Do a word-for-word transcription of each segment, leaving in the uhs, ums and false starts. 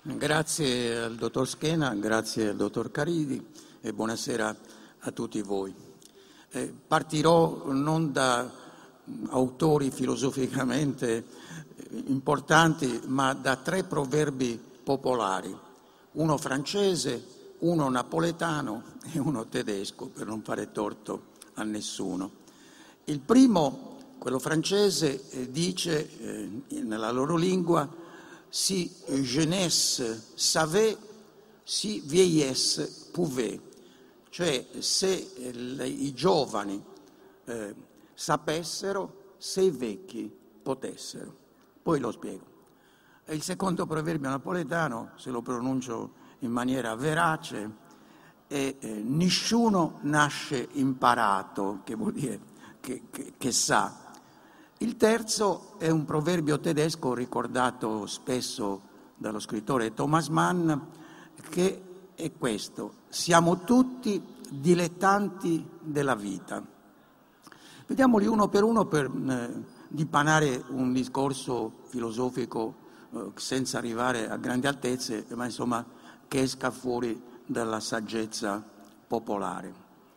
Grazie al dottor Schena, grazie al dottor Caridi e buonasera a tutti voi. Eh, partirò non da autori filosoficamente importanti, ma da tre proverbi popolari, uno francese, uno napoletano e uno tedesco, per non fare torto a nessuno. Il primo, quello francese, eh, dice eh, nella loro lingua: si jeunesse savait, si vieillesse pouvait, cioè se eh, i giovani eh, sapessero, se i vecchi potessero. Poi lo spiego. E il secondo proverbio napoletano, se lo pronuncio in maniera verace, è eh, nessuno nasce imparato, che vuol dire che, che, che sa. Il terzo è un proverbio tedesco ricordato spesso dallo scrittore Thomas Mann, che è questo: siamo tutti dilettanti della vita. Vediamoli uno per uno per eh, dipanare un discorso filosofico eh, senza arrivare a grandi altezze, ma insomma che esca fuori dalla saggezza popolare.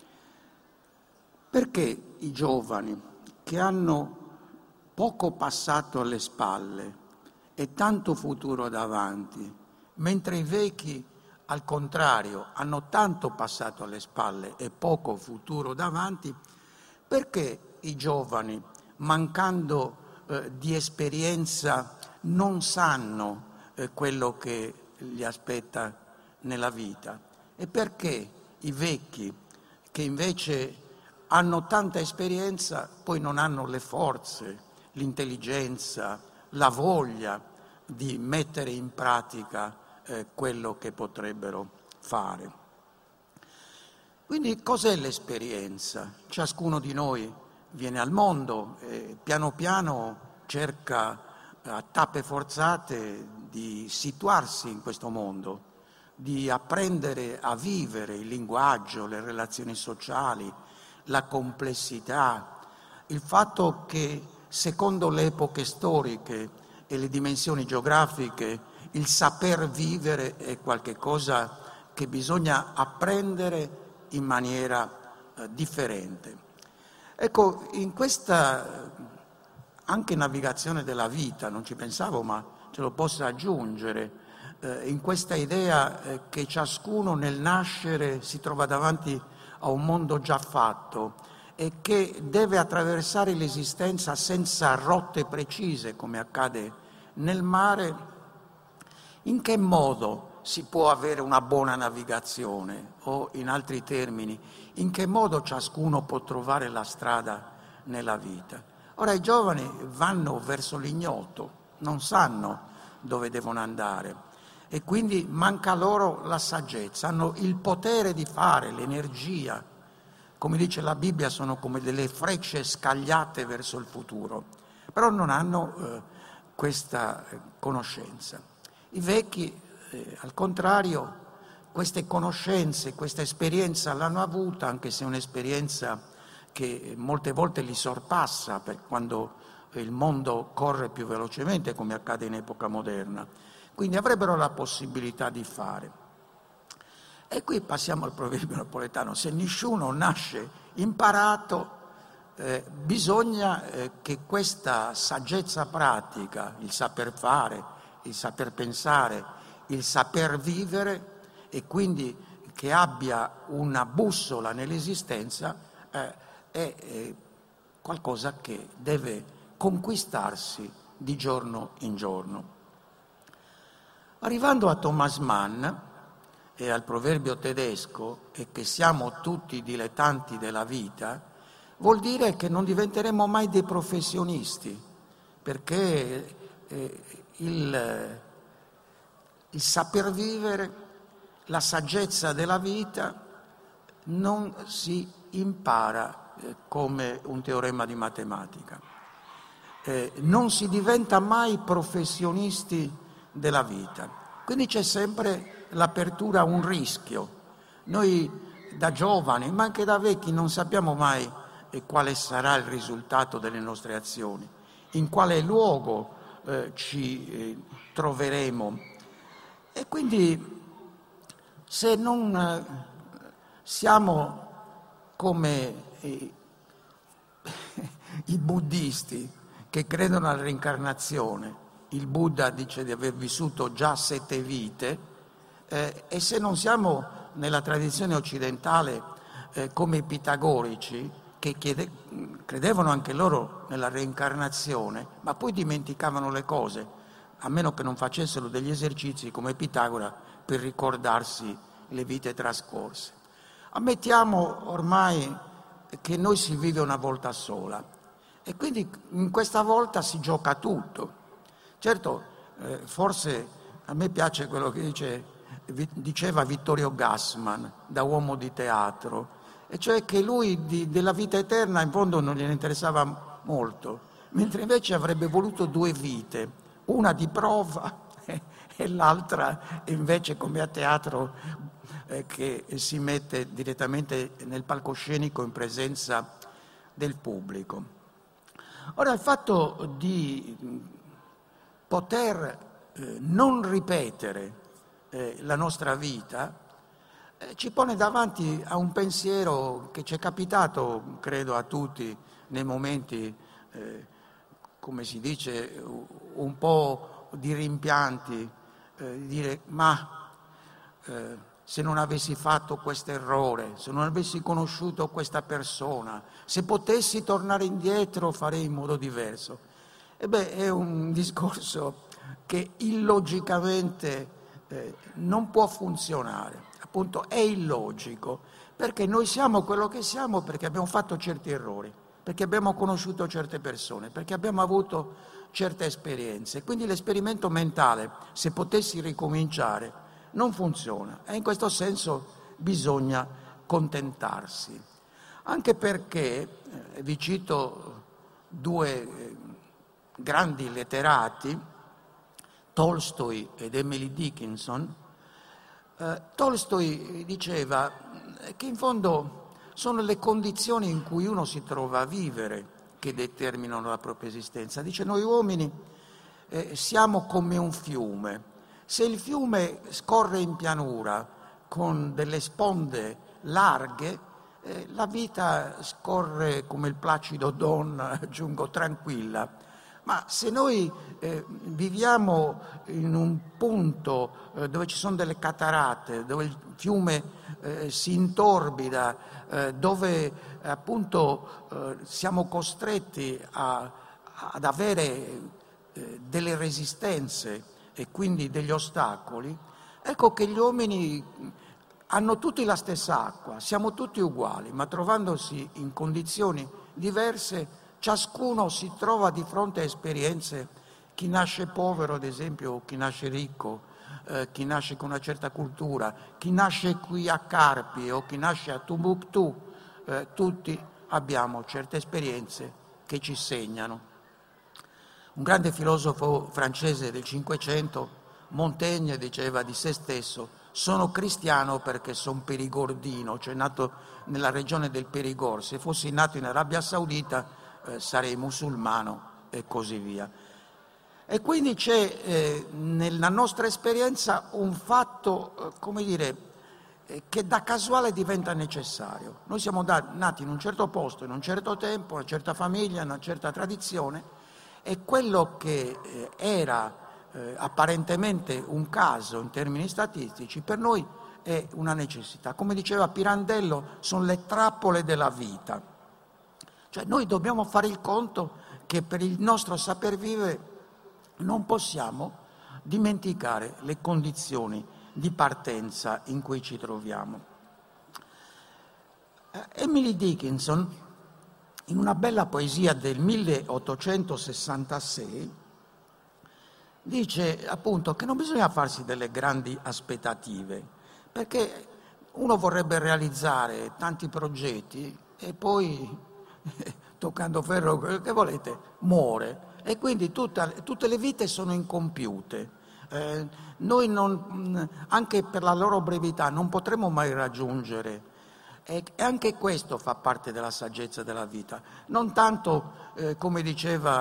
Perché i giovani che hanno poco passato alle spalle e tanto futuro davanti, mentre i vecchi, al contrario, hanno tanto passato alle spalle e poco futuro davanti, perché i giovani, mancando eh, di esperienza, non sanno eh, quello che li aspetta nella vita? E perché i vecchi, che invece hanno tanta esperienza, poi non hanno le forze, l'intelligenza, la voglia di mettere in pratica eh, quello che potrebbero fare? Quindi cos'è l'esperienza? Ciascuno di noi viene al mondo e piano piano cerca a tappe forzate di situarsi in questo mondo, di apprendere a vivere il linguaggio, le relazioni sociali, la complessità, il fatto che secondo le epoche storiche e le dimensioni geografiche il saper vivere è qualcosa che bisogna apprendere in maniera eh, differente. Ecco, in questa anche navigazione della vita, non ci pensavo ma ce lo posso aggiungere, eh, in questa idea eh, che ciascuno nel nascere si trova davanti a un mondo già fatto e che deve attraversare l'esistenza senza rotte precise, come accade nel mare. In che modo si può avere una buona navigazione? O, in altri termini, in che modo ciascuno può trovare la strada nella vita? Ora, i giovani vanno verso l'ignoto, non sanno dove devono andare e quindi manca loro la saggezza, hanno il potere di fare, l'energia. Come dice la Bibbia, sono come delle frecce scagliate verso il futuro, però non hanno eh, questa conoscenza. I vecchi, eh, al contrario, queste conoscenze, questa esperienza l'hanno avuta, anche se è un'esperienza che molte volte li sorpassa per quando il mondo corre più velocemente, come accade in epoca moderna. Quindi avrebbero la possibilità di fare. E qui passiamo al proverbio napoletano: se nessuno nasce imparato, eh, bisogna eh, che questa saggezza pratica, il saper fare, il saper pensare, il saper vivere, e quindi che abbia una bussola nell'esistenza, eh, è eh, qualcosa che deve conquistarsi di giorno in giorno. Arrivando a Thomas Mann e al proverbio tedesco, e che siamo tutti dilettanti della vita, vuol dire che non diventeremo mai dei professionisti, perché eh, il, il saper vivere, la saggezza della vita non si impara eh, come un teorema di matematica. Eh, non si diventa mai professionisti della vita, quindi c'è sempre l'apertura a un rischio. Noi da giovani, ma anche da vecchi, non sappiamo mai eh, quale sarà il risultato delle nostre azioni, in quale luogo eh, ci eh, troveremo. E quindi se non siamo come i, i buddisti che credono alla reincarnazione, il Buddha dice di aver vissuto già sette vite, eh, e se non siamo nella tradizione occidentale eh, come i pitagorici, che chiede, credevano anche loro nella reincarnazione, ma poi dimenticavano le cose, a meno che non facessero degli esercizi come Pitagora per ricordarsi le vite trascorse. Ammettiamo ormai che noi si vive una volta sola e quindi in questa volta si gioca tutto. Certo, eh, forse a me piace quello che dice, diceva Vittorio Gassman, da uomo di teatro, e cioè che lui di, della vita eterna in fondo non gliene interessava molto, mentre invece avrebbe voluto due vite, una di prova e l'altra invece come a teatro eh, che si mette direttamente nel palcoscenico in presenza del pubblico. Ora, il fatto di poter eh, non ripetere eh, la nostra vita eh, ci pone davanti a un pensiero che ci è capitato, credo a tutti, nei momenti, eh, come si dice, un po' di rimpianti, eh, di dire ma eh, se non avessi fatto questo errore, se non avessi conosciuto questa persona, se potessi tornare indietro farei in modo diverso. E beh, è un discorso che illogicamente eh, non può funzionare, appunto è illogico, perché noi siamo quello che siamo perché abbiamo fatto certi errori, perché abbiamo conosciuto certe persone, perché abbiamo avuto certe esperienze. Quindi l'esperimento mentale, se potessi ricominciare, non funziona e in questo senso bisogna contentarsi. Anche perché, eh, vi cito due eh, grandi letterati, Tolstoi ed Emily Dickinson. eh, Tolstoi diceva che in fondo sono le condizioni in cui uno si trova a vivere che determinano la propria esistenza. Dice, noi uomini eh, siamo come un fiume. Se il fiume scorre in pianura con delle sponde larghe, eh, la vita scorre come il placido Don, aggiungo, tranquilla. Ma se noi eh, viviamo in un punto eh, dove ci sono delle cataratte, dove il fiume eh, si intorbida, eh, dove eh, appunto eh, siamo costretti a, ad avere eh, delle resistenze e quindi degli ostacoli, ecco che gli uomini hanno tutti la stessa acqua, siamo tutti uguali, ma trovandosi in condizioni diverse, ciascuno si trova di fronte a esperienze, chi nasce povero ad esempio, o chi nasce ricco, eh, chi nasce con una certa cultura, chi nasce qui a Carpi o chi nasce a Timbuktu, eh, tutti abbiamo certe esperienze che ci segnano. Un grande filosofo francese del Cinquecento, Montaigne, diceva di se stesso: sono cristiano perché sono perigordino, cioè nato nella regione del Perigord, se fossi nato in Arabia Saudita eh, sarei musulmano e così via. E quindi c'è eh, nella nostra esperienza un fatto, eh, come dire, eh, che da casuale diventa necessario. Noi siamo da, nati in un certo posto, in un certo tempo, una certa famiglia, una certa tradizione, e quello che eh, era eh, apparentemente un caso in termini statistici, per noi è una necessità. Come diceva Pirandello, sono le trappole della vita. Cioè noi dobbiamo fare il conto che per il nostro saper vivere non possiamo dimenticare le condizioni di partenza in cui ci troviamo. Emily Dickinson, in una bella poesia del milleottocentosessantasei, dice appunto che non bisogna farsi delle grandi aspettative, perché uno vorrebbe realizzare tanti progetti e poi, toccando ferro, quello che volete, muore. E quindi tutta, tutte le vite sono incompiute. Eh, noi non, anche per la loro brevità non potremo mai raggiungere, e anche questo fa parte della saggezza della vita. Non tanto, eh, come diceva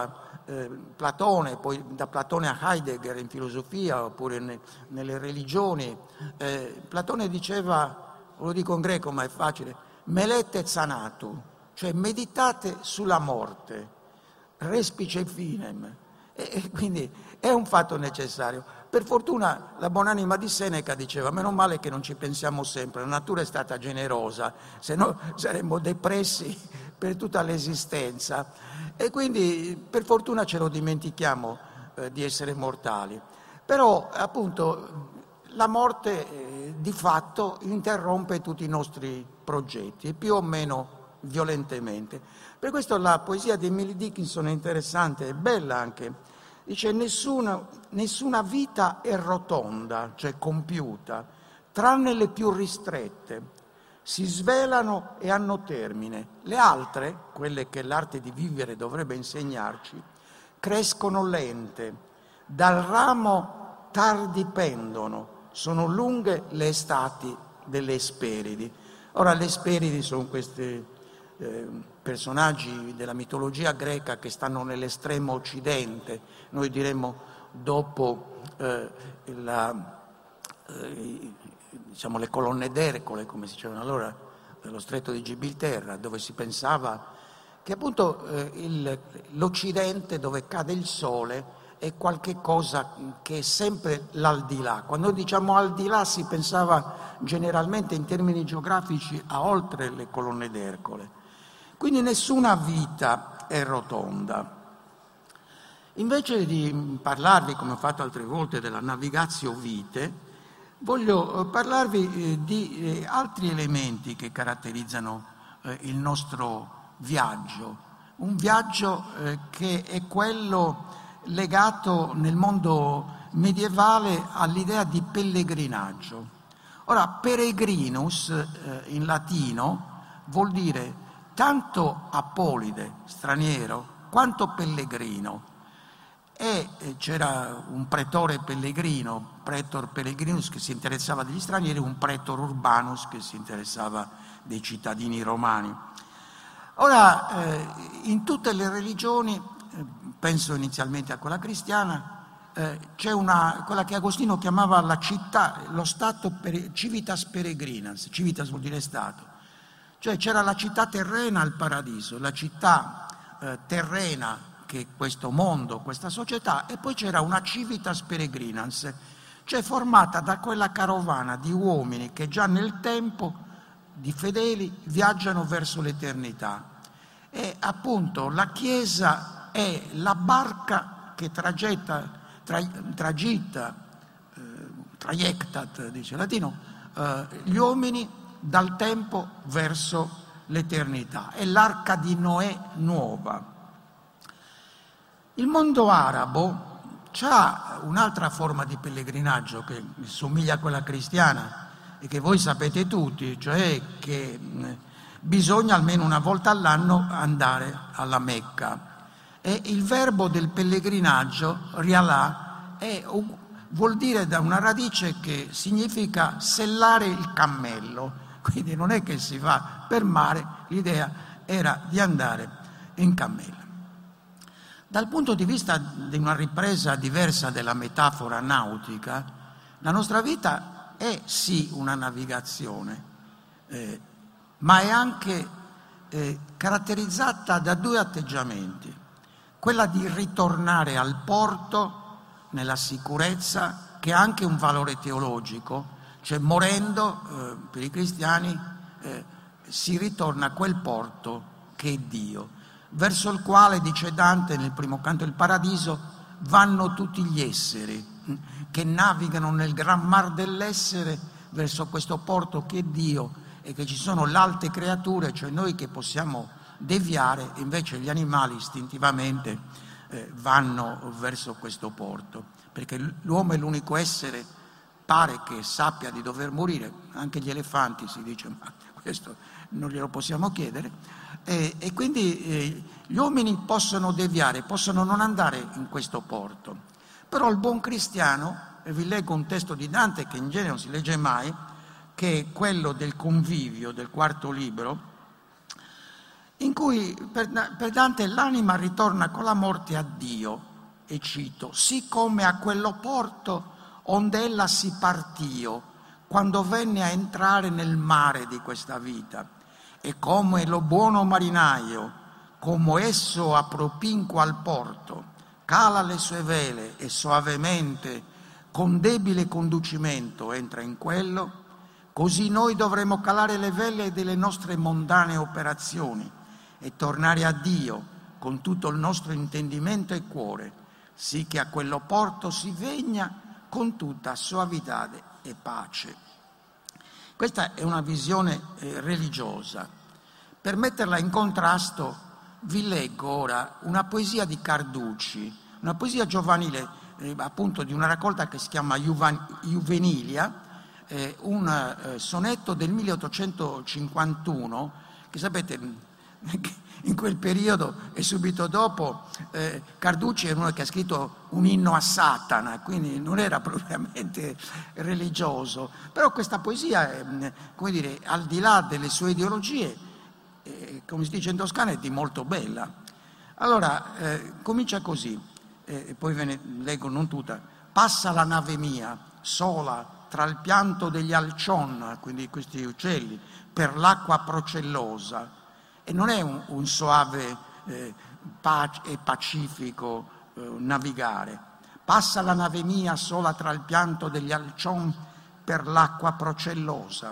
eh, Platone, poi da Platone a Heidegger in filosofia oppure ne, nelle religioni. Eh, Platone diceva, lo dico in greco ma è facile, melete zanatu, cioè meditate sulla morte, respice finem, e, e quindi è un fatto necessario. Per fortuna la buonanima di Seneca diceva, meno male che non ci pensiamo sempre, la natura è stata generosa, se no saremmo depressi per tutta l'esistenza, e quindi per fortuna ce lo dimentichiamo eh, di essere mortali. Però appunto la morte eh, di fatto interrompe tutti i nostri progetti, più o meno violentemente. Per questo la poesia di Emily Dickinson è interessante, è bella anche. Dice, nessuna, nessuna vita è rotonda, cioè compiuta, tranne le più ristrette. Si svelano e hanno termine. Le altre, quelle che l'arte di vivere dovrebbe insegnarci, crescono lente, dal ramo tardi pendono, sono lunghe le estati delle Esperidi. Ora, le Esperidi sono questi eh, personaggi della mitologia greca che stanno nell'estremo occidente, noi diremmo dopo eh, la, eh, diciamo, le colonne d'Ercole, come si dicevano allora, dello stretto di Gibilterra, dove si pensava che appunto eh, il, l'Occidente, dove cade il sole, è qualche cosa che è sempre l'aldilà. Quando diciamo aldilà si pensava generalmente in termini geografici a oltre le colonne d'Ercole. Quindi nessuna vita è rotonda. Invece di parlarvi, come ho fatto altre volte, della navigatio vitae, voglio parlarvi di altri elementi che caratterizzano il nostro viaggio. Un viaggio che è quello legato nel mondo medievale all'idea di pellegrinaggio. Ora, peregrinus in latino vuol dire tanto apolide, straniero, quanto pellegrino. E c'era un pretore pellegrino, pretor pellegrinus, che si interessava degli stranieri, un pretor urbanus che si interessava dei cittadini romani. Ora, eh, in tutte le religioni, eh, penso inizialmente a quella cristiana, eh, c'è una, quella che Agostino chiamava la città, lo stato per, civitas peregrinans, civitas vuol dire stato. Cioè c'era la città terrena al paradiso, la città eh, terrena che è questo mondo, questa società, e poi c'era una civitas peregrinans, cioè formata da quella carovana di uomini che già nel tempo, di fedeli, viaggiano verso l'eternità. E appunto la Chiesa è la barca che tragetta, tra, tragitta, eh, traiectat, dice il latino, eh, gli uomini dal tempo verso l'eternità. È l'arca di Noè nuova. Il mondo arabo ha un'altra forma di pellegrinaggio che somiglia a quella cristiana e che voi sapete tutti, cioè che bisogna almeno una volta all'anno andare alla Mecca. E il verbo del pellegrinaggio, rialà, è, vuol dire da una radice che significa sellare il cammello. Quindi non è che si va per mare, l'idea era di andare in cammello. Dal punto di vista di una ripresa diversa della metafora nautica, la nostra vita è sì una navigazione, eh, ma è anche eh, caratterizzata da due atteggiamenti. Quella di ritornare al porto nella sicurezza, che ha anche un valore teologico, cioè morendo eh, per i cristiani eh, si ritorna a quel porto che è Dio, verso il quale, dice Dante nel primo canto del Paradiso, vanno tutti gli esseri che navigano nel gran mar dell'essere verso questo porto che è Dio, e che ci sono le alte creature, cioè noi che possiamo deviare, invece gli animali istintivamente eh, vanno verso questo porto, perché l'uomo è l'unico essere, pare che sappia di dover morire. Anche gli elefanti, si dice, ma questo non glielo possiamo chiedere, e, e quindi eh, gli uomini possono deviare, possono non andare in questo porto. Però il buon cristiano, e vi leggo un testo di Dante che in genere non si legge mai, che è quello del Convivio del quarto libro, in cui per, per Dante l'anima ritorna con la morte a Dio, e cito, sì come a quello porto onde ella si partio, quando venne a entrare nel mare di questa vita, e come lo buono marinaio, come esso a propinquo al porto, cala le sue vele e soavemente, con debile conducimento, entra in quello, così noi dovremo calare le vele delle nostre mondane operazioni e tornare a Dio con tutto il nostro intendimento e cuore, sì che a quello porto si vegna con tutta soavità e pace. Questa è una visione eh, religiosa. Per metterla in contrasto vi leggo ora una poesia di Carducci, una poesia giovanile, eh, appunto di una raccolta che si chiama Juvan- Juvenilia, eh, un eh, sonetto del milleottocentocinquantuno, che sapete in quel periodo e subito dopo eh, Carducci è uno che ha scritto un inno a Satana, quindi non era propriamente religioso, però questa poesia, è, come dire, al di là delle sue ideologie, eh, come si dice in Toscana, è di molto bella. Allora, eh, comincia così, eh, e poi ve ne leggo non tutta. Passa la nave mia, sola, tra il pianto degli alcion, quindi questi uccelli, per l'acqua procellosa, e non è un, un soave eh, pace e pacifico eh, navigare. Passa la nave mia sola tra il pianto degli alcion per l'acqua procellosa.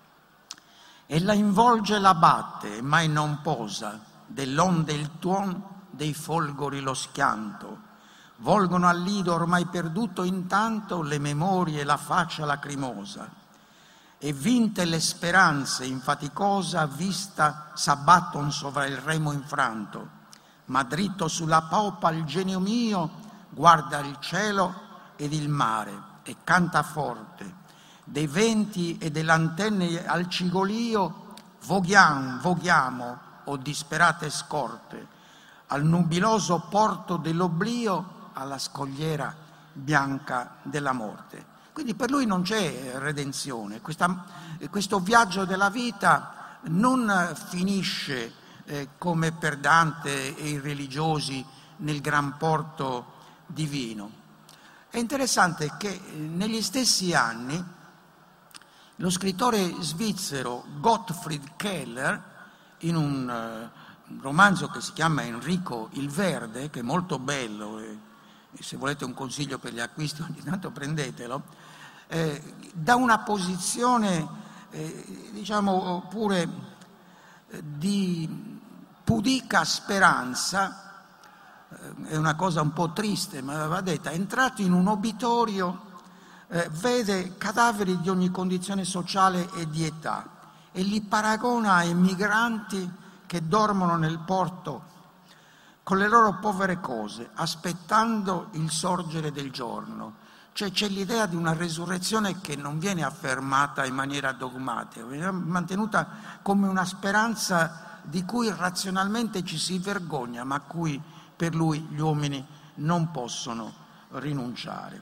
E la involge e la batte, e mai non posa, dell'onde il tuon, dei folgori lo schianto. Volgono al lido ormai perduto intanto le memorie e la faccia lacrimosa. E vinte le speranze in faticosa vista s'abbatton sovra il remo infranto, ma dritto sulla popa il genio mio guarda il cielo ed il mare e canta forte. Dei venti e delle antenne al cigolio voghiam, voghiamo, o disperate scorte, al nubiloso porto dell'oblio, alla scogliera bianca della morte. Quindi per lui non c'è redenzione, Questa, questo viaggio della vita non finisce eh, come per Dante e i religiosi nel gran porto divino. È interessante che negli stessi anni lo scrittore svizzero Gottfried Keller, in un uh, romanzo che si chiama Enrico il Verde, che è molto bello, e, e se volete un consiglio per gli acquisti ogni tanto prendetelo, Eh, da una posizione, eh, diciamo pure eh, di pudica speranza, eh, è una cosa un po' triste, ma va detta, è entrato in un obitorio, eh, vede cadaveri di ogni condizione sociale e di età e li paragona ai migranti che dormono nel porto con le loro povere cose, aspettando il sorgere del giorno. Cioè c'è l'idea di una resurrezione che non viene affermata in maniera dogmatica, viene mantenuta come una speranza di cui razionalmente ci si vergogna, ma a cui per lui gli uomini non possono rinunciare.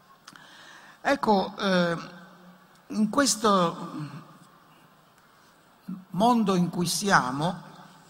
Ecco, eh, in questo mondo in cui siamo,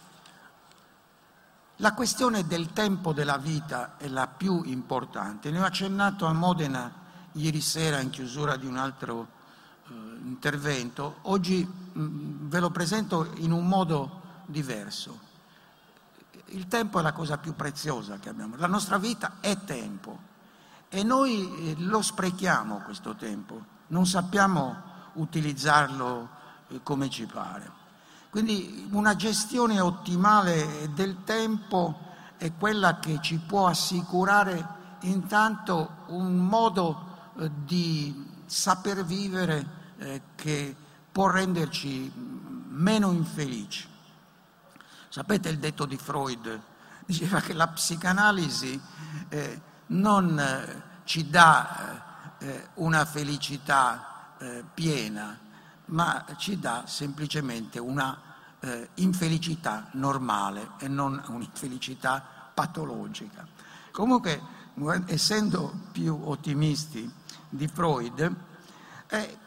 la questione del tempo della vita è la più importante. Ne ho accennato a Modena ieri sera in chiusura di un altro eh, intervento. Oggi mh, ve lo presento in un modo diverso. Il tempo è la cosa più preziosa che abbiamo. La nostra vita è tempo e noi eh, lo sprechiamo questo tempo. Non sappiamo utilizzarlo eh, come ci pare. Quindi una gestione ottimale del tempo è quella che ci può assicurare intanto un modo eh, di saper vivere eh, che può renderci meno infelici. Sapete il detto di Freud? Diceva che la psicanalisi eh, non eh, ci dà eh, una felicità eh, piena, ma ci dà semplicemente una eh, infelicità normale e non un'infelicità patologica. Comunque, essendo più ottimisti di Freud, eh,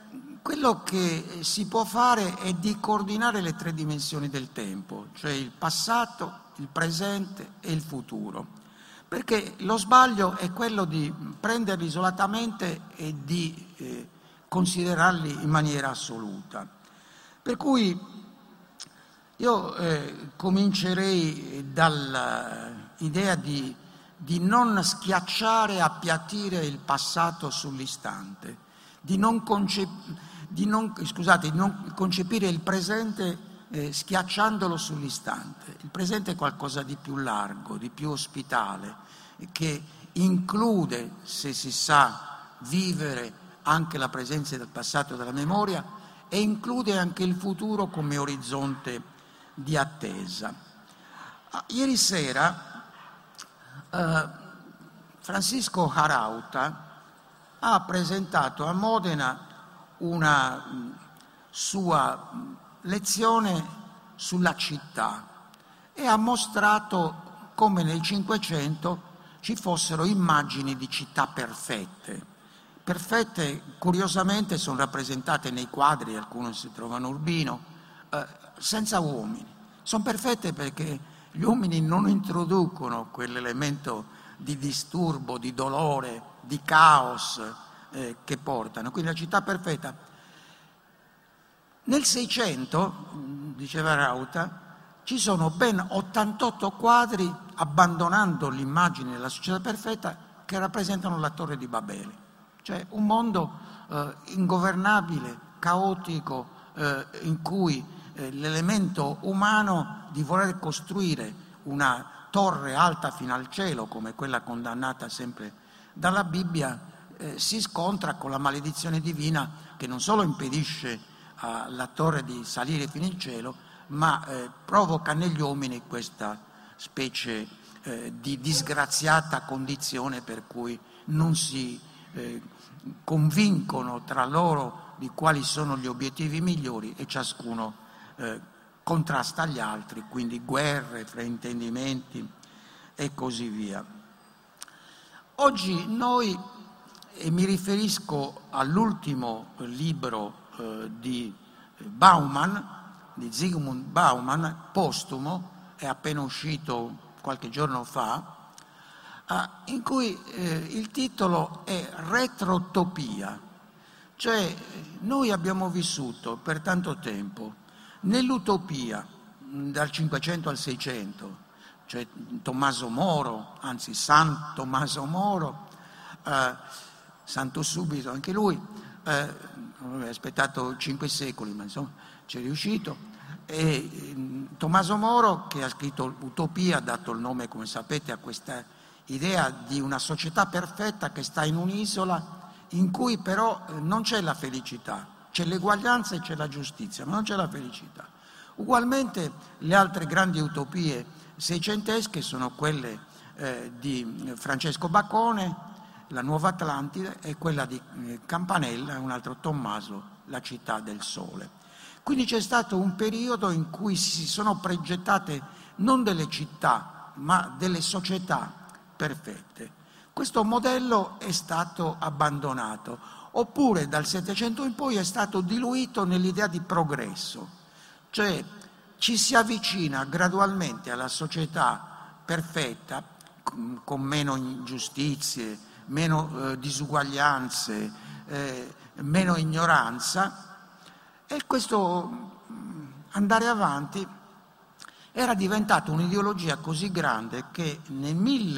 quello che si può fare è di coordinare le tre dimensioni del tempo, cioè il passato, il presente e il futuro, perché lo sbaglio è quello di prenderli isolatamente e di eh, considerarli in maniera assoluta. Per cui io eh, comincerei dall'idea di, di non schiacciare e appiattire il passato sull'istante, di non, concep- di non, scusate, di non concepire il presente eh, schiacciandolo sull'istante. Il presente è qualcosa di più largo, di più ospitale, che include, se si sa vivere anche la presenza del passato e della memoria, e include anche il futuro come orizzonte di attesa. Ieri sera eh, Francisco Jarauta ha presentato a Modena una mh, sua lezione sulla città e ha mostrato come nel Cinquecento ci fossero immagini di città perfette. Perfette, curiosamente, sono rappresentate nei quadri, alcuni si trovano a Urbino, eh, senza uomini. Sono perfette perché gli uomini non introducono quell'elemento di disturbo, di dolore, di caos eh, che portano. Quindi la città perfetta. Nel Seicento, diceva Rauta, ci sono ben ottantotto quadri, abbandonando l'immagine della società perfetta, che rappresentano la Torre di Babele. Cioè un mondo eh, ingovernabile, caotico, eh, in cui eh, l'elemento umano di voler costruire una torre alta fino al cielo, come quella condannata sempre dalla Bibbia, eh, si scontra con la maledizione divina che non solo impedisce alla torre di salire fino al cielo, ma eh, provoca negli uomini questa specie eh, di disgraziata condizione per cui non si eh, convincono tra loro di quali sono gli obiettivi migliori e ciascuno eh, contrasta gli altri, quindi guerre, fraintendimenti e così via. Oggi noi, e mi riferisco all'ultimo libro eh, di Bauman, di Zygmunt Bauman, postumo, è appena uscito qualche giorno fa, eh, in cui eh, il titolo è Retrotopia, cioè noi abbiamo vissuto per tanto tempo nell'utopia, dal Cinquecento al Seicento, cioè Tommaso Moro, anzi San Tommaso Moro, eh, santo subito anche lui, eh, ha aspettato cinque secoli, ma insomma ci è riuscito. E eh, Tommaso Moro, che ha scritto Utopia, ha dato il nome, come sapete, a questa idea di una società perfetta che sta in un'isola in cui però eh, non c'è la felicità, c'è l'eguaglianza e c'è la giustizia, ma non c'è la felicità. Ugualmente le altre grandi utopie seicentesche sono quelle eh, di Francesco Bacone, la Nuova Atlantide, e quella di eh, Campanella, un altro Tommaso, la città del sole. Quindi c'è stato un periodo in cui si sono progettate non delle città, ma delle società perfette. Questo modello è stato abbandonato, oppure dal Settecento in poi è stato diluito nell'idea di progresso, cioè ci si avvicina gradualmente alla società perfetta, con meno ingiustizie, meno eh, disuguaglianze, eh, meno ignoranza, e questo andare avanti era diventato un'ideologia così grande che nel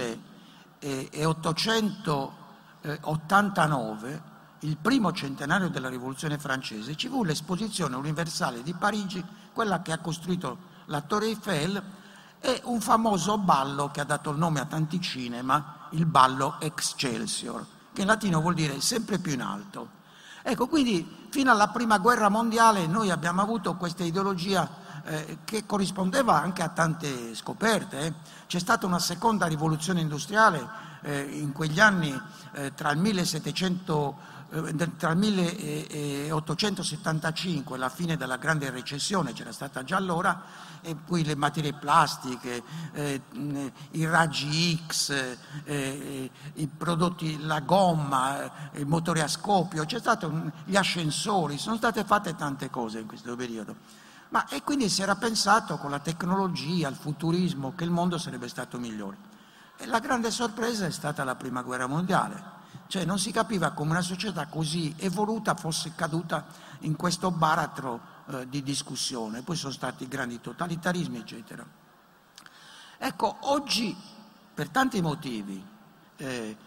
milleottocentottantanove, il primo centenario della Rivoluzione francese, ci fu l'esposizione universale di Parigi, quella che ha costruito la Torre Eiffel, e un famoso ballo che ha dato il nome a tanti cinema, il ballo Excelsior, che in latino vuol dire sempre più in alto. Ecco, quindi fino alla Prima Guerra Mondiale noi abbiamo avuto questa ideologia eh, che corrispondeva anche a tante scoperte. Eh. C'è stata una seconda rivoluzione industriale eh, in quegli anni eh, tra il millesettecentodiciotto tra il milleottocentosettantacinque e la fine della grande recessione, c'era stata già allora, e poi le materie plastiche, eh, i raggi X, eh, i prodotti, la gomma, il motore a scoppio, c'è stato un, gli ascensori, sono state fatte tante cose in questo periodo. Ma, e quindi si era pensato con la tecnologia, il futurismo, che il mondo sarebbe stato migliore. E la grande sorpresa è stata la Prima Guerra Mondiale. Cioè non si capiva come una società così evoluta fosse caduta in questo baratro eh, di discussione. Poi sono stati grandi totalitarismi, eccetera. Ecco, oggi, per tanti motivi, eh,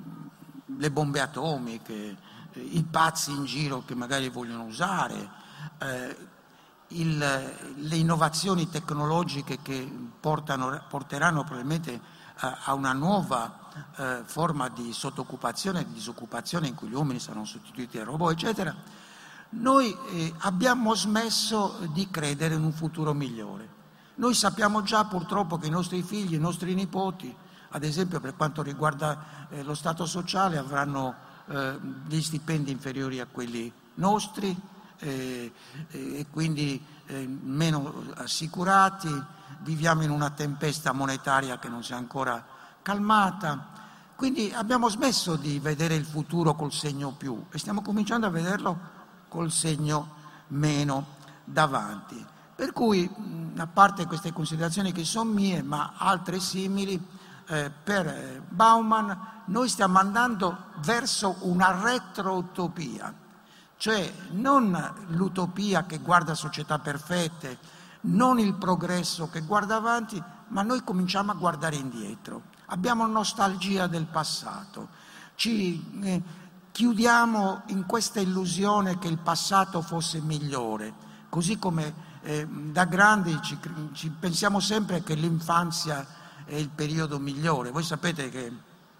le bombe atomiche, eh, i pazzi in giro che magari vogliono usare, eh, il, le innovazioni tecnologiche che portano, porteranno probabilmente a una nuova eh, forma di sottoccupazione e di disoccupazione in cui gli uomini saranno sostituiti dai robot, eccetera, noi eh, abbiamo smesso di credere in un futuro migliore. Noi sappiamo già purtroppo che i nostri figli, i nostri nipoti, ad esempio per quanto riguarda eh, lo Stato sociale, avranno eh, degli stipendi inferiori a quelli nostri eh, e quindi eh, meno assicurati. Viviamo in una tempesta monetaria che non si è ancora calmata, quindi abbiamo smesso di vedere il futuro col segno più e stiamo cominciando a vederlo col segno meno davanti. Per cui, a parte queste considerazioni che sono mie, ma altre simili, eh, per Bauman noi stiamo andando verso una retro-utopia, cioè non l'utopia che guarda società perfette, non il progresso che guarda avanti, ma noi cominciamo a guardare indietro. Abbiamo nostalgia del passato, ci eh, chiudiamo in questa illusione che il passato fosse migliore, così come eh, da grandi ci, ci pensiamo sempre che l'infanzia è il periodo migliore. Voi sapete che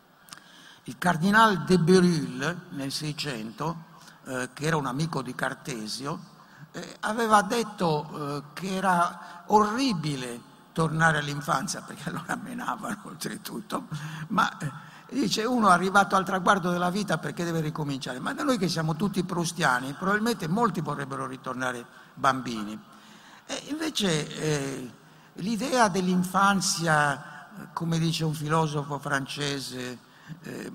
il cardinal de Bérulle nel Seicento, eh, che era un amico di Cartesio, Eh, aveva detto eh, che era orribile tornare all'infanzia, perché allora menavano oltretutto, ma eh, dice uno è arrivato al traguardo della vita perché deve ricominciare, ma da noi che siamo tutti prustiani, probabilmente molti vorrebbero ritornare bambini. E invece eh, l'idea dell'infanzia, come dice un filosofo francese, eh,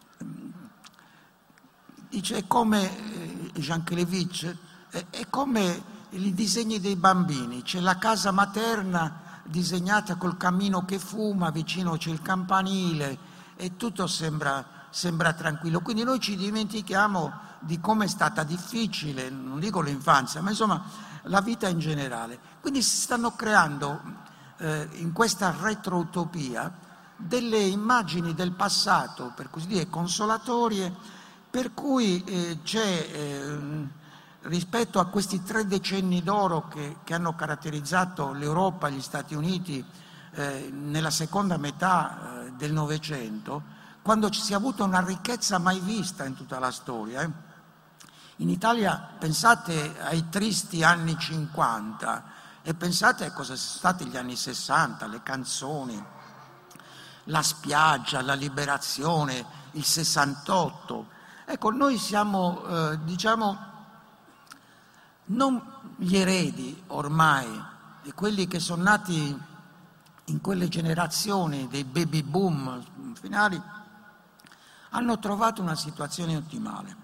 dice è come eh, Jean Kelevich, è come i disegni dei bambini, c'è la casa materna disegnata col camino che fuma, vicino c'è il campanile e tutto sembra, sembra tranquillo. Quindi noi ci dimentichiamo di come è stata difficile, non dico l'infanzia, ma insomma la vita in generale. Quindi si stanno creando eh, in questa retro-utopia delle immagini del passato, per così dire, consolatorie, per cui eh, c'è... Eh, rispetto a questi tre decenni d'oro che, che hanno caratterizzato l'Europa e gli Stati Uniti eh, nella seconda metà eh, del Novecento, quando ci si è avuta una ricchezza mai vista in tutta la storia. Eh. In Italia pensate ai tristi anni cinquanta e pensate a cosa sono stati gli anni sessanta, le canzoni, la spiaggia, la liberazione, il sessantotto. Ecco, noi siamo, eh, diciamo, non gli eredi ormai di quelli che sono nati in quelle generazioni dei baby boom finali, hanno trovato una situazione ottimale.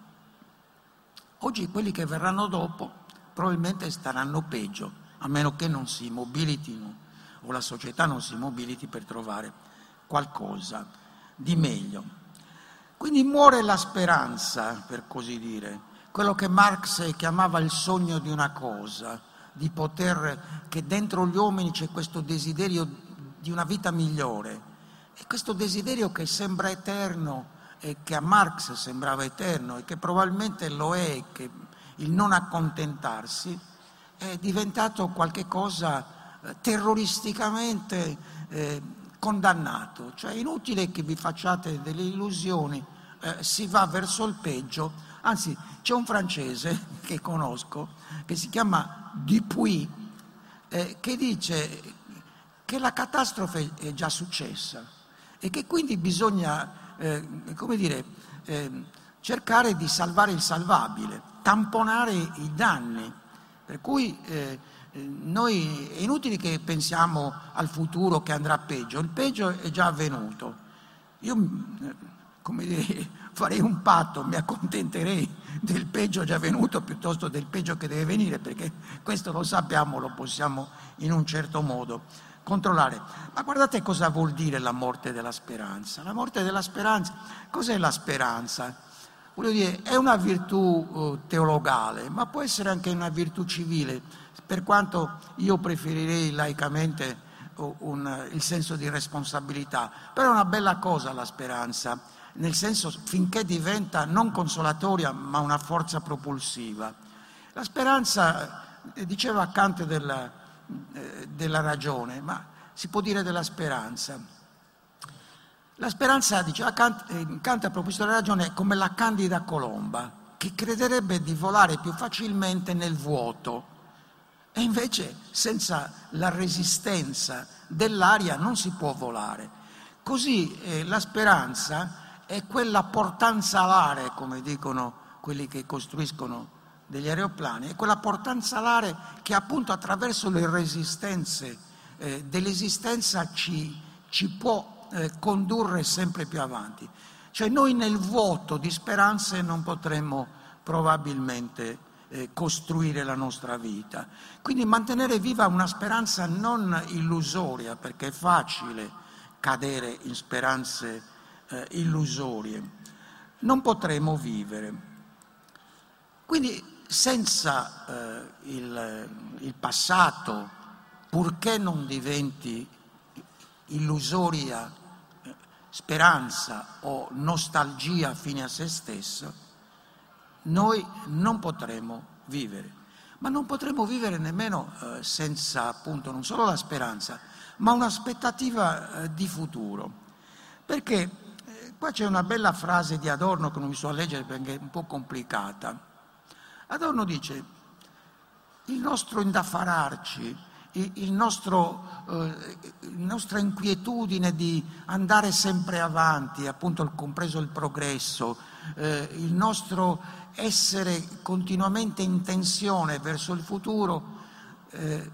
Oggi quelli che verranno dopo probabilmente staranno peggio, a meno che non si mobilitino o la società non si mobiliti per trovare qualcosa di meglio. Quindi muore la speranza, per così dire, quello che Marx chiamava il sogno di una cosa, di poter, che dentro gli uomini c'è questo desiderio di una vita migliore, e questo desiderio che sembra eterno e che a Marx sembrava eterno e che probabilmente lo è, che il non accontentarsi è diventato qualche cosa terroristicamente eh, condannato, cioè è inutile che vi facciate delle illusioni, eh, si va verso il peggio. Anzi, c'è un francese che conosco, che si chiama Dupuy, eh, che dice che la catastrofe è già successa e che quindi bisogna, eh, come dire, eh, cercare di salvare il salvabile, tamponare i danni. Per cui eh, noi è inutile che pensiamo al futuro che andrà peggio, il peggio è già avvenuto. Io, come dire, farei un patto, mi accontenterei del peggio già avvenuto piuttosto del peggio che deve venire, perché questo lo sappiamo, lo possiamo in un certo modo controllare. Ma guardate cosa vuol dire la morte della speranza. La morte della speranza, cos'è la speranza? Voglio dire, è una virtù uh, teologale, ma può essere anche una virtù civile, per quanto io preferirei laicamente uh, un, il senso di responsabilità. Però è una bella cosa la speranza, nel senso finché diventa non consolatoria ma una forza propulsiva. La speranza, eh, diceva Kant della, eh, della ragione, ma si può dire della speranza. La speranza, diceva Kant, eh, Kant a proposito della ragione, è come la candida colomba, che crederebbe di volare più facilmente nel vuoto, e invece senza la resistenza dell'aria non si può volare. Così eh, la speranza è quella portanza alare, come dicono quelli che costruiscono degli aeroplani, è quella portanza alare che appunto attraverso le resistenze eh, dell'esistenza ci, ci può eh, condurre sempre più avanti. Cioè noi nel vuoto di speranze non potremmo probabilmente eh, costruire la nostra vita. Quindi mantenere viva una speranza non illusoria, perché è facile cadere in speranze eh, illusorie. Non potremo vivere. Quindi senza eh, il, il passato, purché non diventi illusoria eh, speranza o nostalgia fine a se stesso, noi non potremo vivere. Ma non potremo vivere nemmeno eh, senza appunto non solo la speranza, ma un'aspettativa eh, di futuro. Perché eh, qua c'è una bella frase di Adorno che non vi so a leggere perché è un po' complicata. Adorno dice: il nostro indaffararci, il nostro, eh, la nostra inquietudine di andare sempre avanti, appunto compreso il progresso, eh, il nostro essere continuamente in tensione verso il futuro, eh,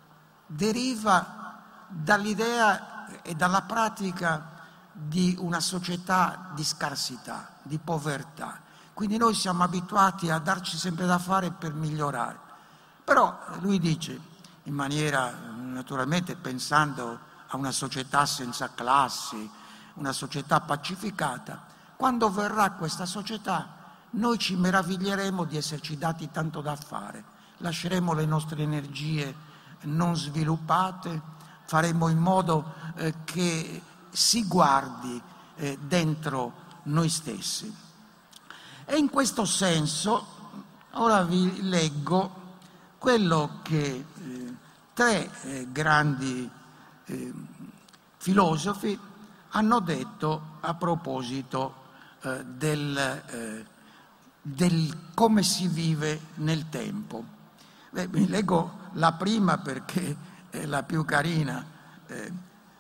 deriva dall'idea e dalla pratica di una società di scarsità, di povertà. Quindi noi siamo abituati a darci sempre da fare per migliorare. Però lui dice, in maniera naturalmente pensando a una società senza classi, una società pacificata, quando verrà questa società noi ci meraviglieremo di esserci dati tanto da fare, lasceremo le nostre energie non sviluppate, faremo in modo eh, che si guardi eh, dentro noi stessi. E in questo senso ora vi leggo quello che eh, tre eh, grandi eh, filosofi hanno detto a proposito eh, del, eh, del come si vive nel tempo. Beh, vi leggo la prima perché è la più carina, eh,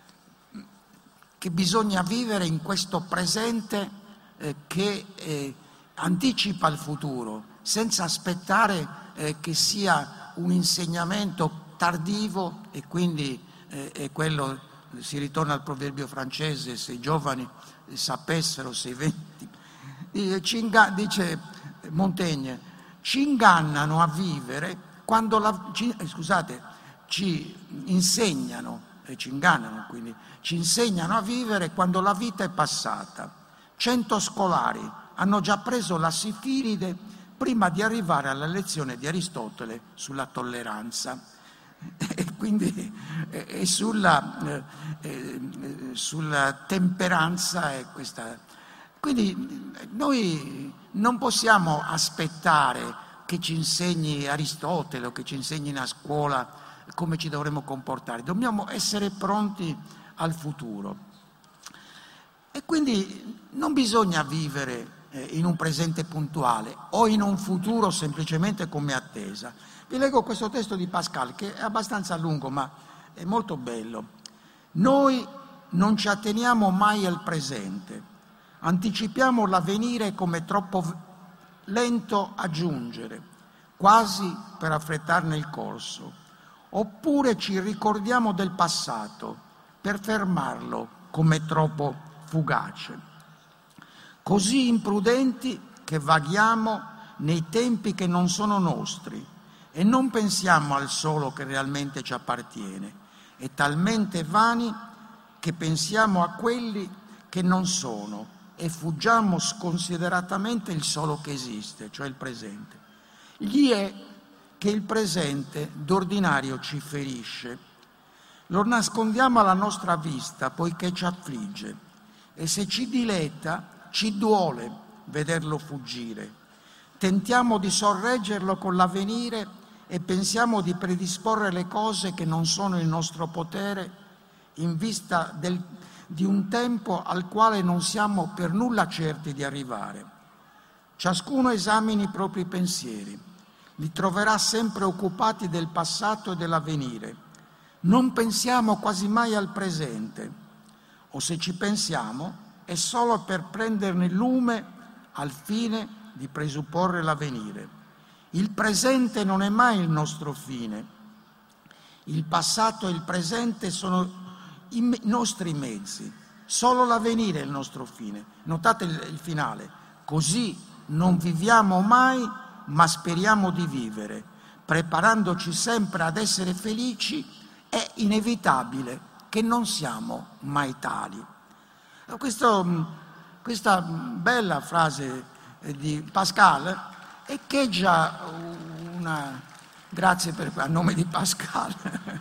che bisogna vivere in questo presente eh, che eh, anticipa il futuro, senza aspettare eh, che sia un insegnamento tardivo, e quindi eh, è quello, si ritorna al proverbio francese, se i giovani sapessero, se i venti, dice Montaigne, ci ingannano a vivere quando la, ci, scusate, ci insegnano, e ci ingannano quindi, ci insegnano a vivere quando la vita è passata. Cento scolari hanno già preso la sifilide prima di arrivare alla lezione di Aristotele sulla tolleranza e quindi e sulla, eh, sulla temperanza e questa. Quindi noi non possiamo aspettare che ci insegni Aristotele o che ci insegni a scuola come ci dovremmo comportare, dobbiamo essere pronti al futuro. E quindi non bisogna vivere in un presente puntuale o in un futuro semplicemente come attesa. Vi leggo questo testo di Pascal che è abbastanza lungo ma è molto bello. Noi non ci atteniamo mai al presente, Anticipiamo l'avvenire come troppo lento a giungere, quasi per affrettarne il corso, oppure ci ricordiamo del passato per fermarlo come troppo fugace. Così imprudenti che vaghiamo nei tempi che non sono nostri e non pensiamo al solo che realmente ci appartiene, e talmente vani che pensiamo a quelli che non sono e fuggiamo sconsideratamente il solo che esiste, cioè il presente. Gli è che il presente d'ordinario ci ferisce. Lo nascondiamo alla nostra vista poiché ci affligge, e se ci diletta ci duole vederlo fuggire. Tentiamo di sorreggerlo con l'avvenire e pensiamo di predisporre le cose che non sono il nostro potere in vista del, di un tempo al quale non siamo per nulla certi di arrivare. Ciascuno esamini i propri pensieri, li troverà sempre occupati del passato e dell'avvenire. Non pensiamo quasi mai al presente, o se ci pensiamo è solo per prenderne lume al fine di presupporre l'avvenire. Il presente non è mai il nostro fine. Il passato e il presente sono i me- nostri mezzi. Solo l'avvenire è il nostro fine. Notate il, il finale. Così non viviamo mai, ma speriamo di vivere. Preparandoci sempre ad essere felici, è inevitabile che non siamo mai tali. Questo, questa bella frase di Pascal echeggia una... Grazie per, a nome di Pascal.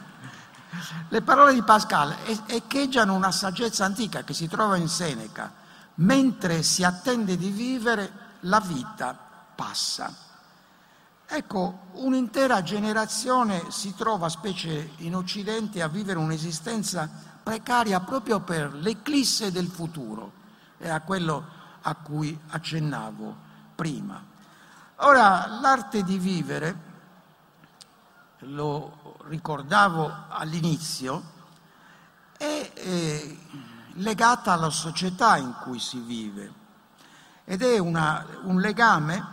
Le parole di Pascal echeggiano una saggezza antica che si trova in Seneca. Mentre si attende di vivere, la vita passa. Ecco, un'intera generazione si trova, specie in Occidente, a vivere un'esistenza precaria proprio per l'eclisse del futuro, e a quello a cui accennavo prima. Ora, l'arte di vivere, lo ricordavo all'inizio, è eh, legata alla società in cui si vive ed è una, un legame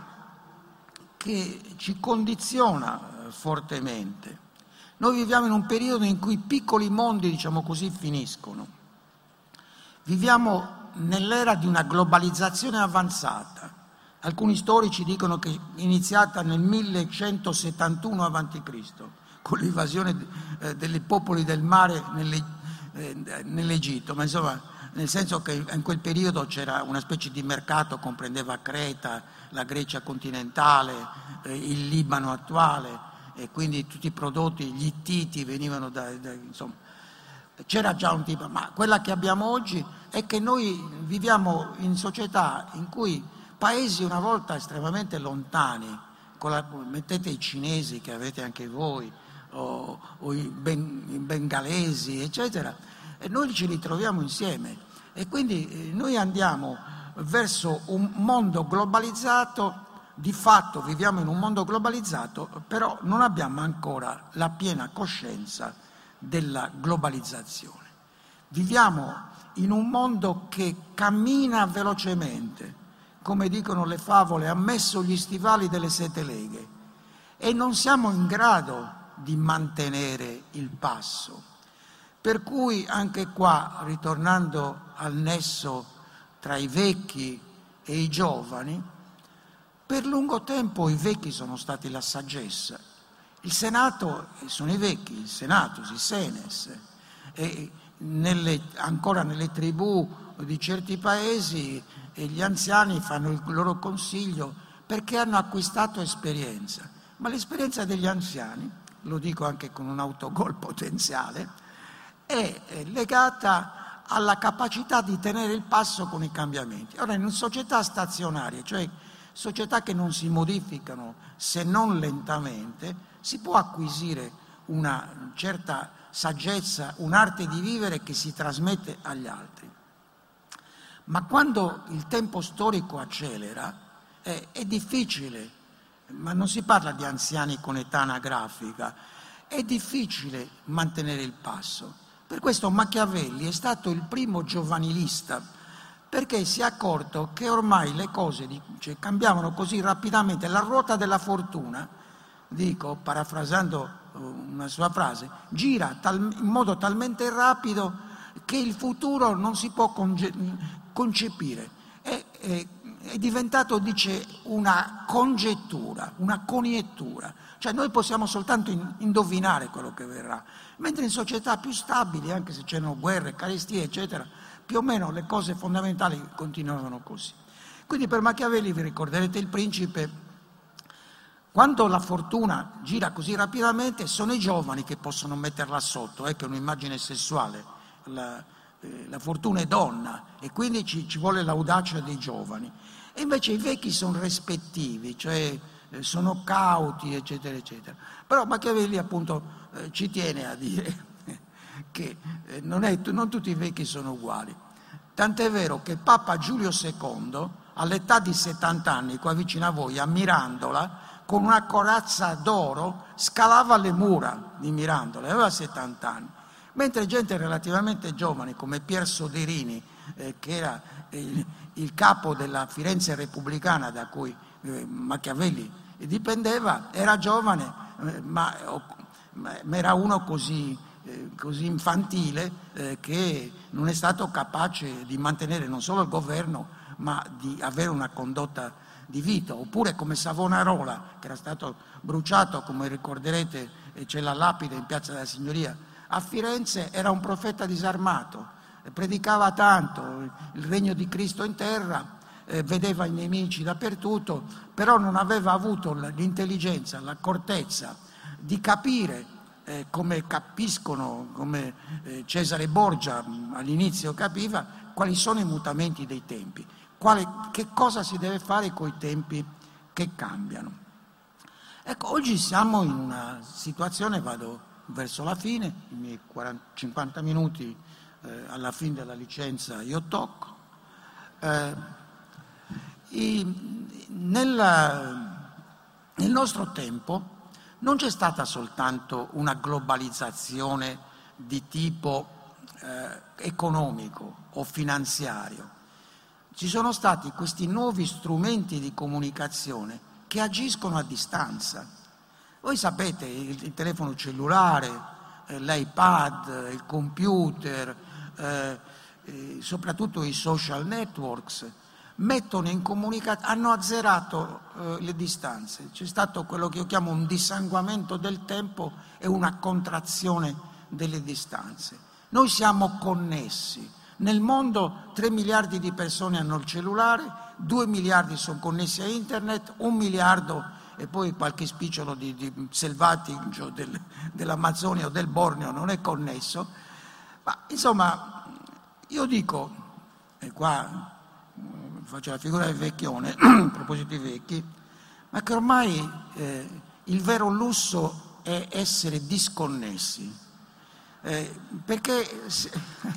che ci condiziona fortemente. Noi viviamo in un periodo in cui i piccoli mondi, diciamo così, finiscono. Viviamo nell'era di una globalizzazione avanzata. Alcuni storici dicono che è iniziata nel millecentosettantuno avanti Cristo, con l'invasione eh, dei popoli del mare nelle, eh, nell'Egitto, ma insomma, nel senso che in quel periodo c'era una specie di mercato, comprendeva Creta, la Grecia continentale, eh, il Libano attuale, e quindi tutti i prodotti, gli ittiti venivano da, da insomma, c'era già un tipo, ma quella che abbiamo oggi è che noi viviamo in società in cui paesi una volta estremamente lontani, con la, mettete i cinesi che avete anche voi, o, o i, ben, i bengalesi, eccetera, e noi ci ritroviamo insieme. E quindi noi andiamo verso un mondo globalizzato, di fatto viviamo in un mondo globalizzato, però non abbiamo ancora la piena coscienza della globalizzazione. Viviamo in un mondo che cammina velocemente, come dicono le favole, ha messo gli stivali delle sette leghe, e non siamo in grado di mantenere il passo. Per cui anche qua, ritornando al nesso tra i vecchi e i giovani, per lungo tempo i vecchi sono stati la saggezza. Il Senato sono i vecchi, il Senatus, il Senes, e nelle, ancora nelle tribù di certi paesi e gli anziani fanno il loro consiglio perché hanno acquistato esperienza. Ma l'esperienza degli anziani, lo dico anche con un autogol potenziale, è legata alla capacità di tenere il passo con i cambiamenti. Ora, in società stazionarie, cioè società che non si modificano se non lentamente, si può acquisire una certa saggezza, un'arte di vivere che si trasmette agli altri. Ma quando il tempo storico accelera, è, è difficile, ma non si parla di anziani con età anagrafica, è difficile mantenere il passo. Per questo Machiavelli è stato il primo giovanilista, perché si è accorto che ormai le cose cioè, cambiavano così rapidamente, la ruota della fortuna, dico parafrasando una sua frase, gira tal, in modo talmente rapido che il futuro non si può conge, concepire. È, è, è diventato, dice, una congettura, una coniettura. Cioè noi possiamo soltanto indovinare quello che verrà, mentre in società più stabili, anche se c'erano guerre, carestie, eccetera, più o meno le cose fondamentali continuavano così. Quindi per Machiavelli, vi ricorderete Il Principe, quando la fortuna gira così rapidamente sono i giovani che possono metterla sotto, eh, che è un'immagine sessuale, la, eh, la fortuna è donna e quindi ci, ci vuole l'audacia dei giovani. E invece i vecchi sono rispettivi, cioè sono cauti, eccetera, eccetera. Però Machiavelli appunto eh, ci tiene a dire che eh, non, è, non tutti i vecchi sono uguali. Tant'è vero che Papa Giulio secondo, all'età di settanta anni, qua vicino a voi, a Mirandola, con una corazza d'oro, scalava le mura di Mirandola, aveva settanta anni. Mentre gente relativamente giovane, come Pier Soderini, eh, che era il, il capo della Firenze repubblicana da cui eh, Machiavelli dipendeva, era giovane, eh, ma, ma era uno così, eh, così infantile eh, che non è stato capace di mantenere non solo il governo, ma di avere una condotta di vita. Oppure come Savonarola, che era stato bruciato, come ricorderete, e c'è la lapide in Piazza della Signoria, a Firenze, era un profeta disarmato, predicava tanto il regno di Cristo in terra, eh, vedeva i nemici dappertutto, però non aveva avuto l'intelligenza, l'accortezza di capire, eh, come capiscono, come eh, Cesare Borgia all'inizio capiva, quali sono i mutamenti dei tempi, quale, che cosa si deve fare con i tempi che cambiano. Ecco, oggi siamo in una situazione, vado verso la fine, i miei quaranta, cinquanta minuti eh, alla fine della licenza io tocco. Eh, i, nella, nel nostro tempo non c'è stata soltanto una globalizzazione di tipo eh, economico o finanziario, ci sono stati questi nuovi strumenti di comunicazione che agiscono a distanza. Voi sapete, il, il telefono cellulare, eh, l'iPad, il computer, eh, eh, soprattutto i social networks, mettono in comunicazione, hanno azzerato eh, le distanze. C'è stato quello che io chiamo un dissanguamento del tempo e una contrazione delle distanze. Noi siamo connessi. Nel mondo tre miliardi di persone hanno il cellulare, due miliardi sono connessi a internet, un miliardo e poi qualche spicciolo di, di selvatico del, dell'Amazzonia o del Borneo non è connesso. Ma insomma, io dico, e qua faccio la figura del vecchione, a proposito dei vecchi, ma che ormai eh, il vero lusso è essere disconnessi. Eh, perché... Se...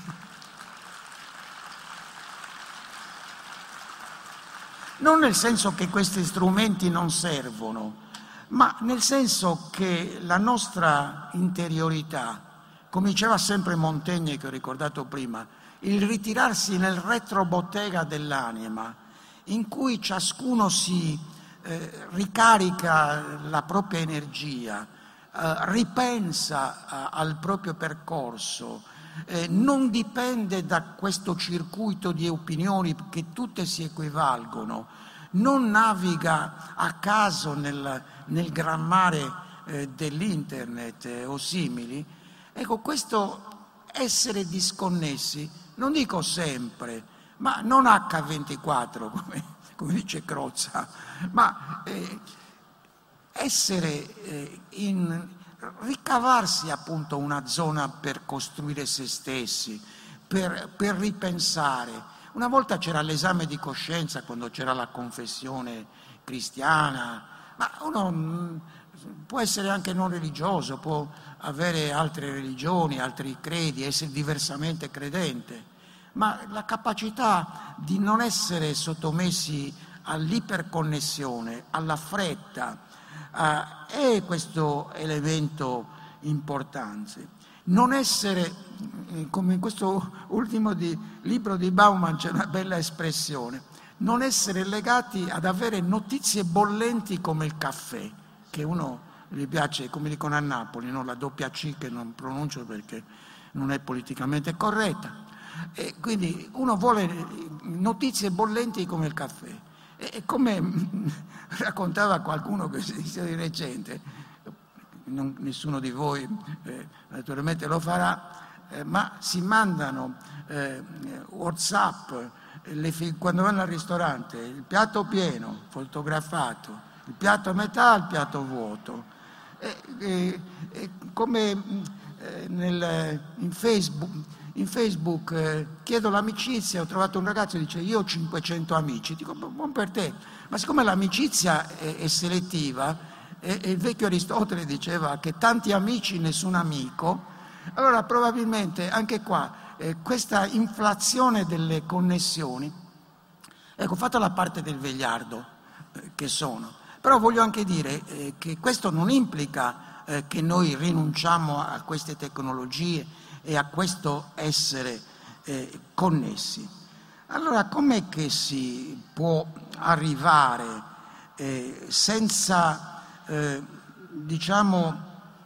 non nel senso che questi strumenti non servono, ma nel senso che la nostra interiorità, come diceva sempre Montaigne, che ho ricordato prima, il ritirarsi nel retrobottega dell'anima, in cui ciascuno si eh, ricarica la propria energia, eh, ripensa a, al proprio percorso, eh, non dipende da questo circuito di opinioni che tutte si equivalgono, non naviga a caso nel, nel gran mare eh, dell'internet eh, o simili. Ecco, questo essere disconnessi, non dico sempre, ma non acca ventiquattro, come, come dice Crozza, ma eh, essere eh, in... ricavarsi appunto una zona per costruire se stessi, per, per ripensare. Una volta c'era l'esame di coscienza quando c'era la confessione cristiana, ma uno può essere anche non religioso, può avere altre religioni, altri credi, essere diversamente credente, ma la capacità di non essere sottomessi all'iperconnessione, alla fretta, Uh, è questo elemento importante. non essere, come in questo ultimo di, libro di Bauman c'è una bella espressione, non essere legati ad avere notizie bollenti come il caffè, che uno gli piace, come dicono a Napoli, no? La doppia C che non pronuncio perché non è politicamente corretta. E quindi uno vuole notizie bollenti come il caffè. E come raccontava qualcuno che si dice di recente, non, nessuno di voi eh, naturalmente lo farà, eh, ma si mandano eh, WhatsApp le, quando vanno al ristorante, il piatto pieno, fotografato, il piatto a metà, il piatto vuoto. E, e, e come eh, nel, in Facebook, in Facebook eh, chiedo l'amicizia, ho trovato un ragazzo che dice io ho cinquecento amici, dico buon per te, ma siccome l'amicizia è, è selettiva e, e il vecchio Aristotele diceva che tanti amici nessun amico, allora probabilmente anche qua eh, questa inflazione delle connessioni, ecco, fatto la parte del vegliardo eh, che sono, però voglio anche dire eh, che questo non implica eh, che noi rinunciamo a queste tecnologie e a questo essere eh, connessi. Allora com'è che si può arrivare eh, senza, eh, diciamo,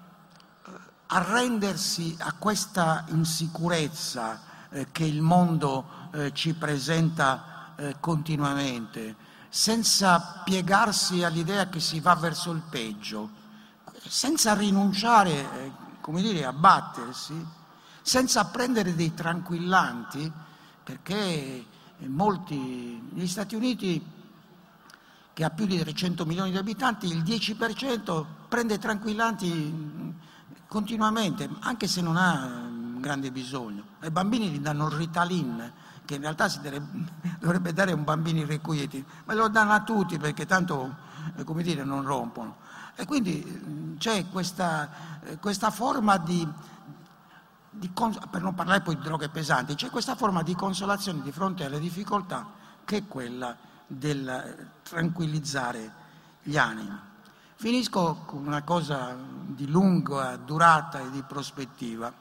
arrendersi a questa insicurezza eh, che il mondo eh, ci presenta eh, continuamente, senza piegarsi all'idea che si va verso il peggio, senza rinunciare, eh, come dire, a battersi, senza prendere dei tranquillanti, perché molti, negli Stati Uniti, che ha più di trecento milioni di abitanti, il dieci per cento prende tranquillanti continuamente, anche se non ha grande bisogno. Ai bambini gli danno il Ritalin, che in realtà si dovrebbe, dovrebbe dare a un bambino irrequieti, ma lo danno a tutti perché tanto, come dire, non rompono. E quindi c'è questa, questa forma di Di, per non parlare poi di droghe pesanti, c'è questa forma di consolazione di fronte alle difficoltà che è quella del tranquillizzare gli animi. Finisco con una cosa di lunga durata e di prospettiva.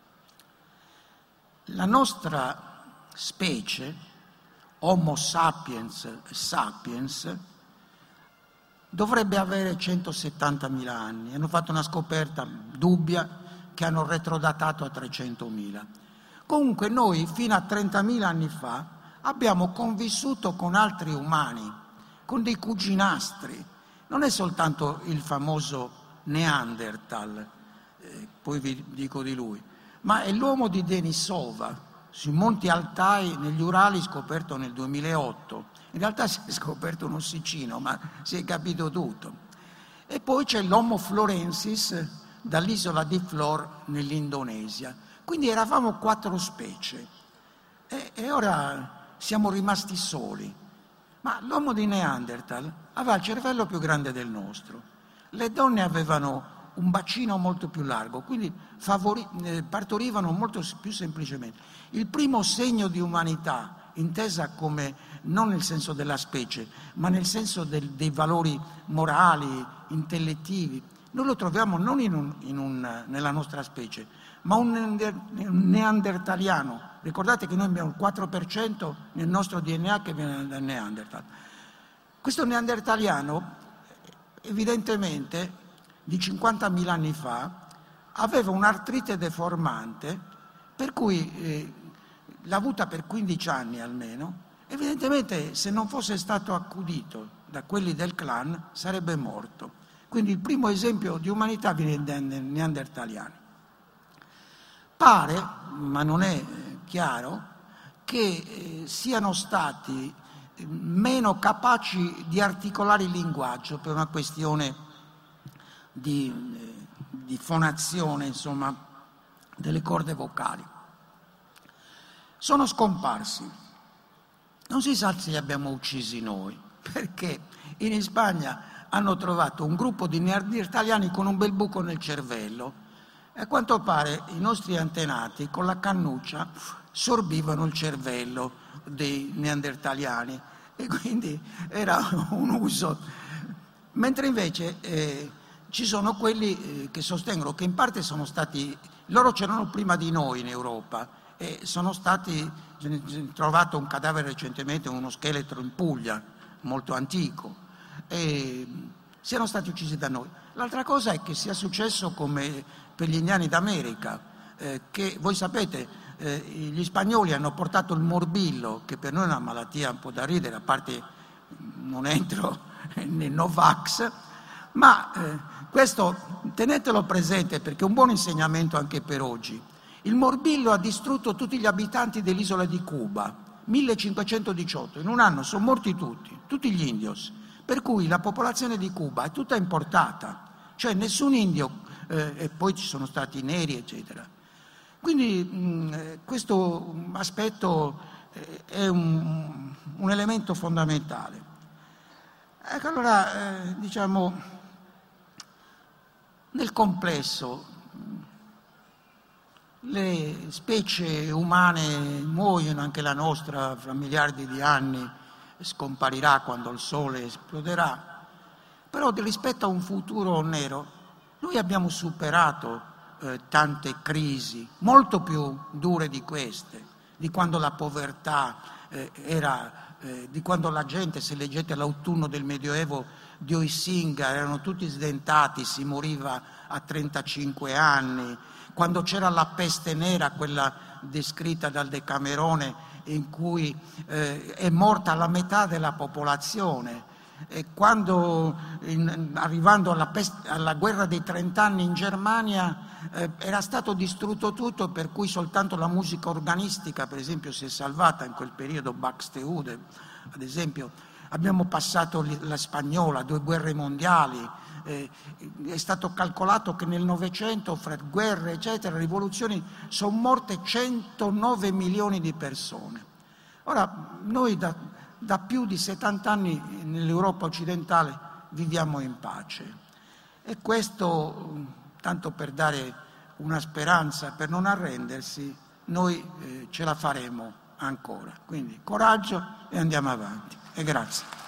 La nostra specie, Homo sapiens sapiens, dovrebbe avere centosettantamila anni. Hanno fatto una scoperta dubbia che hanno retrodatato a trecentomila. Comunque noi fino a trentamila anni fa abbiamo convissuto con altri umani, con dei cuginastri. Non è soltanto il famoso Neanderthal, eh, poi vi dico di lui, ma è l'uomo di Denisova, sui Monti Altai, negli Urali, scoperto nel duemilaotto. In realtà si è scoperto un ossicino, ma si è capito tutto. E poi c'è l'Homo florensis, dall'isola di Flor nell'Indonesia. Quindi eravamo quattro specie e, e ora siamo rimasti soli. Ma l'uomo di Neanderthal aveva il cervello più grande del nostro. Le donne avevano un bacino molto più largo, quindi favori, eh, partorivano molto più semplicemente. Il primo segno di umanità, intesa come non nel senso della specie, ma nel senso del, dei valori morali, intellettivi, noi lo troviamo non in un, in un, nella nostra specie, ma un, un neandertaliano. Ricordate che noi abbiamo il quattro per cento nel nostro D N A che viene dal Neanderthal. Questo neandertaliano, evidentemente, di cinquantamila anni fa, aveva un'artrite deformante, per cui eh, l'ha avuta per quindici anni almeno. Evidentemente, se non fosse stato accudito da quelli del clan, sarebbe morto. Quindi il primo esempio di umanità viene dai neandertaliani. Pare, ma non è chiaro, che eh, siano stati meno capaci di articolare il linguaggio per una questione di, eh, di fonazione, insomma, delle corde vocali. Sono scomparsi. Non si sa se li abbiamo uccisi noi, perché in Spagna hanno trovato un gruppo di neandertaliani con un bel buco nel cervello e a quanto pare i nostri antenati con la cannuccia sorbivano il cervello dei neandertaliani e quindi era un uso. Mentre invece eh, ci sono quelli eh, che sostengono che in parte sono stati loro c'erano prima di noi in Europa e sono stati, si è trovato un cadavere recentemente, uno scheletro in Puglia, molto antico, e siano stati uccisi da noi. L'altra cosa è che sia successo come per gli indiani d'America, eh, che voi sapete, eh, gli spagnoli hanno portato il morbillo, che per noi è una malattia un po' da ridere, a parte non entro nei Novax, ma eh, questo tenetelo presente perché è un buon insegnamento anche per oggi. Il morbillo ha distrutto tutti gli abitanti dell'isola di Cuba, millecinquecentodiciotto, in un anno sono morti tutti, tutti gli indios, per cui la popolazione di Cuba è tutta importata, cioè nessun indio, eh, e poi ci sono stati i neri, eccetera. Quindi mh, questo aspetto eh, è un, un elemento fondamentale. Ecco, allora, eh, diciamo, nel complesso, le specie umane muoiono, anche la nostra, fra miliardi di anni, scomparirà quando il Sole esploderà, però rispetto a un futuro nero, noi abbiamo superato eh, tante crisi, molto più dure di queste, di quando la povertà eh, era... Eh, di quando la gente, se leggete l'autunno del Medioevo di Oissinga, erano tutti sdentati, si moriva a trentacinque anni, quando c'era la peste nera, quella descritta dal Decamerone, in cui eh, è morta la metà della popolazione, e quando in, arrivando alla, peste, alla guerra dei trent'anni in Germania eh, era stato distrutto tutto, per cui soltanto la musica organistica, per esempio, si è salvata in quel periodo, Buxtehude, ad esempio. Abbiamo passato la spagnola, due guerre mondiali, eh, è stato calcolato che nel Novecento, fra guerre, eccetera, rivoluzioni, sono morte centonove milioni di persone. Ora, noi da, da più di settanta anni nell'Europa occidentale viviamo in pace, e questo, tanto per dare una speranza, per non arrendersi, noi eh, ce la faremo ancora. Quindi coraggio e andiamo avanti. E grazie.